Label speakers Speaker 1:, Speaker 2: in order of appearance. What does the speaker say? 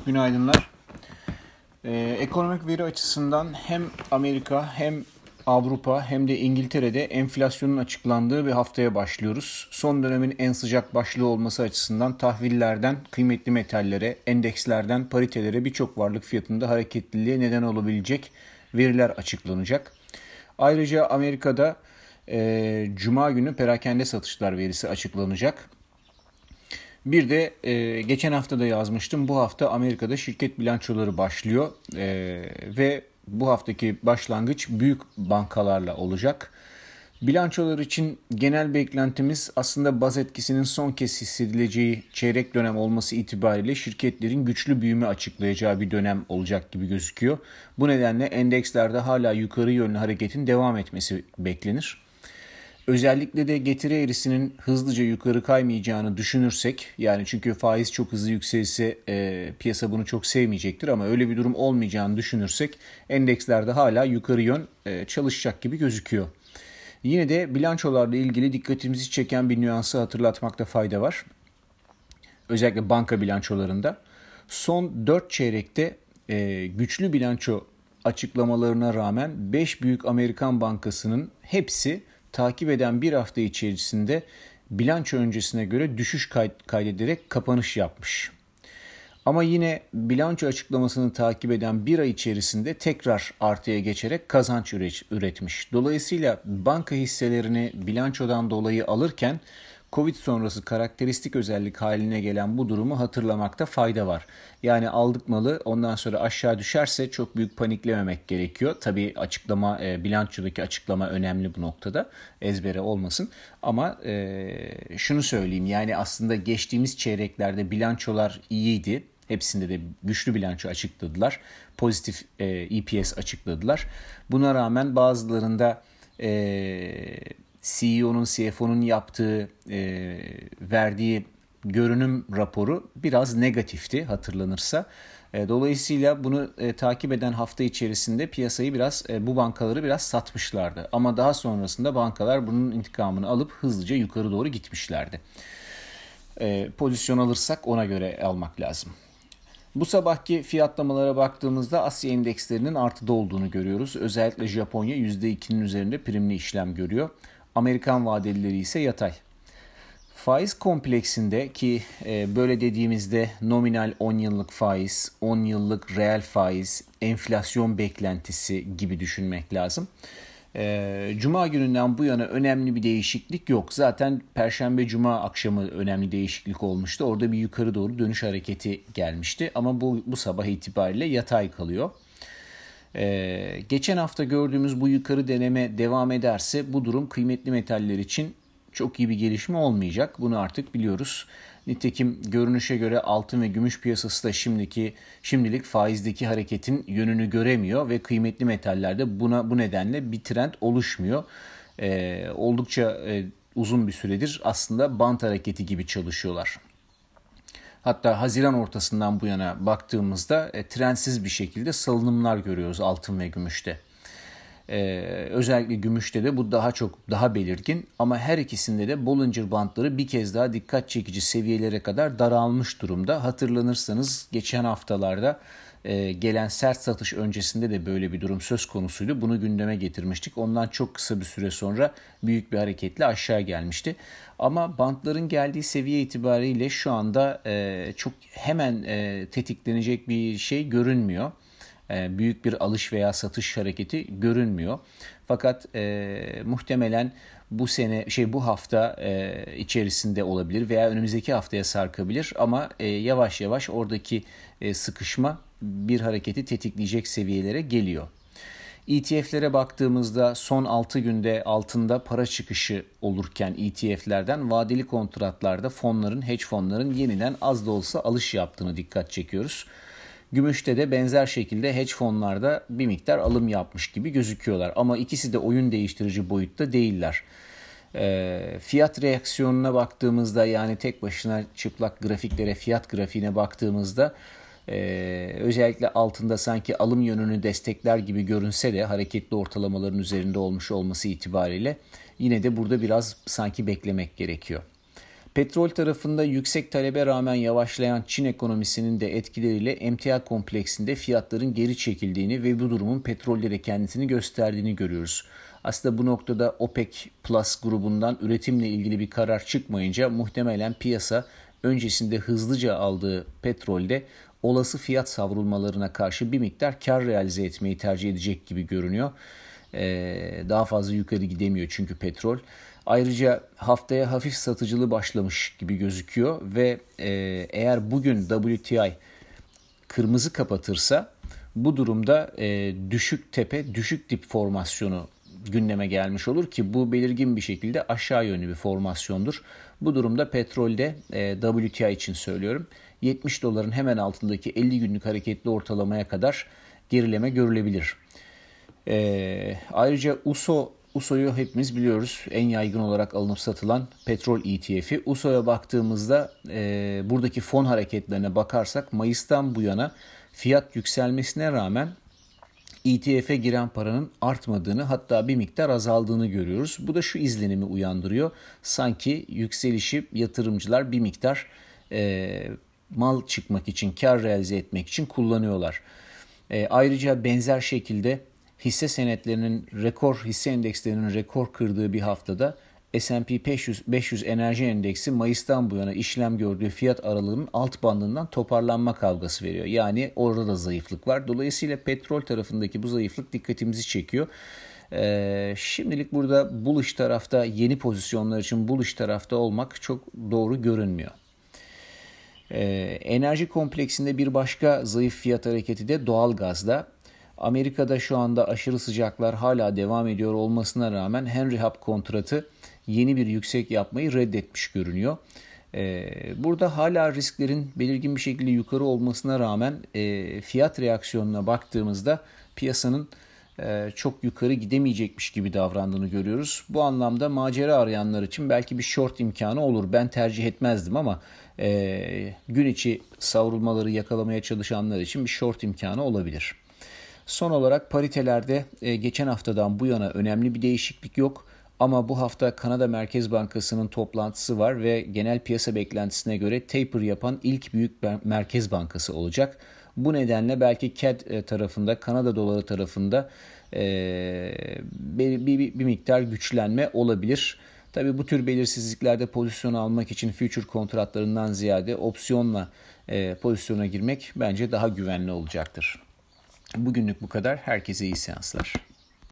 Speaker 1: Günaydınlar. Ekonomik veri açısından hem Amerika hem Avrupa hem de İngiltere'de enflasyonun açıklandığı bir haftaya başlıyoruz. Son dönemin en sıcak başlığı olması açısından tahvillerden kıymetli metallere, endekslerden paritelere birçok varlık fiyatında hareketliliğe neden olabilecek veriler açıklanacak. Ayrıca Amerika'da Cuma günü perakende satışlar verisi açıklanacak. Bir de geçen hafta da yazmıştım. Bu hafta Amerika'da şirket bilançoları başlıyor ve bu haftaki başlangıç büyük bankalarla olacak. Bilançolar için genel beklentimiz aslında baz etkisinin son kez hissedileceği çeyrek dönem olması itibariyle şirketlerin güçlü büyüme açıklayacağı bir dönem olacak gibi gözüküyor. Bu nedenle endekslerde hala yukarı yönlü hareketin devam etmesi beklenir. Özellikle de getiri eğrisinin hızlıca yukarı kaymayacağını düşünürsek, yani çünkü faiz çok hızlı yükselse piyasa bunu çok sevmeyecektir ama öyle bir durum olmayacağını düşünürsek endekslerde hala yukarı yön çalışacak gibi gözüküyor. Yine de bilançolarla ilgili dikkatimizi çeken bir nüansı hatırlatmakta fayda var. Özellikle banka bilançolarında son 4 çeyrekte güçlü bilanço açıklamalarına rağmen 5 büyük Amerikan bankasının hepsi takip eden bir hafta içerisinde bilanço öncesine göre düşüş kaydederek kapanış yapmış. Ama yine bilanço açıklamasını takip eden bir ay içerisinde tekrar artıya geçerek kazanç üretmiş. Dolayısıyla banka hisselerini bilançodan dolayı alırken Covid sonrası karakteristik özellik haline gelen bu durumu hatırlamakta fayda var. Yani aldık malı ondan sonra aşağı düşerse çok büyük paniklememek gerekiyor. Tabii bilançodaki açıklama önemli bu noktada, ezbere olmasın. Ama şunu söyleyeyim, yani aslında geçtiğimiz çeyreklerde bilançolar iyiydi. Hepsinde de güçlü bilanço açıkladılar. Pozitif EPS açıkladılar. Buna rağmen bazılarında CEO'nun, CFO'nun yaptığı, verdiği görünüm raporu biraz negatifti hatırlanırsa. Dolayısıyla bunu takip eden hafta içerisinde piyasayı bu bankaları biraz satmışlardı. Ama daha sonrasında bankalar bunun intikamını alıp hızlıca yukarı doğru gitmişlerdi. Pozisyon alırsak ona göre almak lazım. Bu sabahki fiyatlamalara baktığımızda Asya endekslerinin artıda olduğunu görüyoruz. Özellikle Japonya %2'nin üzerinde primli işlem görüyor. Amerikan vadelileri ise yatay. Faiz kompleksinde ki böyle dediğimizde nominal 10 yıllık faiz, 10 yıllık reel faiz, enflasyon beklentisi gibi düşünmek lazım. Cuma gününden bu yana önemli bir değişiklik yok. Zaten Perşembe Cuma akşamı önemli değişiklik olmuştu. Orada bir yukarı doğru dönüş hareketi gelmişti. Ama bu sabah itibariyle yatay kalıyor. Geçen hafta gördüğümüz bu yukarı deneme devam ederse bu durum kıymetli metaller için çok iyi bir gelişme olmayacak. Bunu artık biliyoruz. Nitekim görünüşe göre altın ve gümüş piyasası da şimdilik faizdeki hareketin yönünü göremiyor ve kıymetli metallerde bu nedenle bir trend oluşmuyor. Oldukça uzun bir süredir aslında bant hareketi gibi çalışıyorlar. Hatta Haziran ortasından bu yana baktığımızda trendsiz bir şekilde salınımlar görüyoruz altın ve gümüşte. Özellikle gümüşte de bu daha belirgin ama her ikisinde de Bollinger Bandları bir kez daha dikkat çekici seviyelere kadar daralmış durumda. Hatırlanırsanız geçen haftalarda gelen sert satış öncesinde de böyle bir durum söz konusuydu. Bunu gündeme getirmiştik. Ondan çok kısa bir süre sonra büyük bir hareketle aşağı gelmişti. Ama bantların geldiği seviye itibariyle şu anda çok hemen tetiklenecek bir şey görünmüyor. Büyük bir alış veya satış hareketi görünmüyor. Fakat muhtemelen bu hafta içerisinde olabilir veya önümüzdeki haftaya sarkabilir ama yavaş yavaş oradaki sıkışma bir hareketi tetikleyecek seviyelere geliyor. ETF'lere baktığımızda son 6 günde altında para çıkışı olurken ETF'lerden vadeli kontratlarda hedge fonların yeniden az da olsa alış yaptığını dikkat çekiyoruz. Gümüşte de benzer şekilde hedge fonlarda bir miktar alım yapmış gibi gözüküyorlar. Ama ikisi de oyun değiştirici boyutta değiller. Fiyat reaksiyonuna baktığımızda, yani tek başına çıplak grafiklere, fiyat grafiğine baktığımızda özellikle altında sanki alım yönünü destekler gibi görünse de hareketli ortalamaların üzerinde olmuş olması itibariyle yine de burada biraz sanki beklemek gerekiyor. Petrol tarafında yüksek talebe rağmen yavaşlayan Çin ekonomisinin de etkileriyle emtia kompleksinde fiyatların geri çekildiğini ve bu durumun petrollere kendisini gösterdiğini görüyoruz. Aslında bu noktada OPEC Plus grubundan üretimle ilgili bir karar çıkmayınca muhtemelen piyasa öncesinde hızlıca aldığı petrolde olası fiyat savrulmalarına karşı bir miktar kar realize etmeyi tercih edecek gibi görünüyor. Daha fazla yukarı gidemiyor çünkü petrol. Ayrıca haftaya hafif satıcılı başlamış gibi gözüküyor ve eğer bugün WTI kırmızı kapatırsa bu durumda düşük tepe düşük dip formasyonu gündeme gelmiş olur ki bu belirgin bir şekilde aşağı yönlü bir formasyondur. Bu durumda petrolde WTI için söylüyorum 70 doların hemen altındaki 50 günlük hareketli ortalamaya kadar gerileme görülebilir. Ayrıca USO'yu hepimiz biliyoruz. En yaygın olarak alınıp satılan petrol ETF'i. USO'ya baktığımızda buradaki fon hareketlerine bakarsak Mayıs'tan bu yana fiyat yükselmesine rağmen ETF'e giren paranın artmadığını hatta bir miktar azaldığını görüyoruz. Bu da şu izlenimi uyandırıyor. Sanki yükselişi yatırımcılar bir miktar mal çıkmak için, kar realize etmek için kullanıyorlar. Ayrıca benzer şekilde hisse senetlerinin hisse endekslerinin rekor kırdığı bir haftada S&P 500 enerji endeksi Mayıs'tan bu yana işlem gördüğü fiyat aralığının alt bandından toparlanma kavgası veriyor. Yani orada da zayıflık var. Dolayısıyla petrol tarafındaki bu zayıflık dikkatimizi çekiyor. Şimdilik burada bullish tarafta yeni pozisyonlar için bullish tarafta olmak çok doğru görünmüyor. Enerji kompleksinde bir başka zayıf fiyat hareketi de doğalgazda. Amerika'da şu anda aşırı sıcaklar hala devam ediyor olmasına rağmen Henry Hub kontratı yeni bir yüksek yapmayı reddetmiş görünüyor. Burada hala risklerin belirgin bir şekilde yukarı olmasına rağmen fiyat reaksiyonuna baktığımızda piyasanın çok yukarı gidemeyecekmiş gibi davrandığını görüyoruz. Bu anlamda macera arayanlar için belki bir short imkanı olur. Ben tercih etmezdim ama gün içi savrulmaları yakalamaya çalışanlar için bir short imkanı olabilir. Son olarak paritelerde geçen haftadan bu yana önemli bir değişiklik yok. Ama bu hafta Kanada Merkez Bankası'nın toplantısı var ve genel piyasa beklentisine göre taper yapan ilk büyük merkez bankası olacak. Bu nedenle belki CAD tarafında, Kanada doları tarafında bir miktar güçlenme olabilir. Tabii bu tür belirsizliklerde pozisyon almak için future kontratlarından ziyade opsiyonla pozisyona girmek bence daha güvenli olacaktır. Bugünlük bu kadar. Herkese iyi seanslar.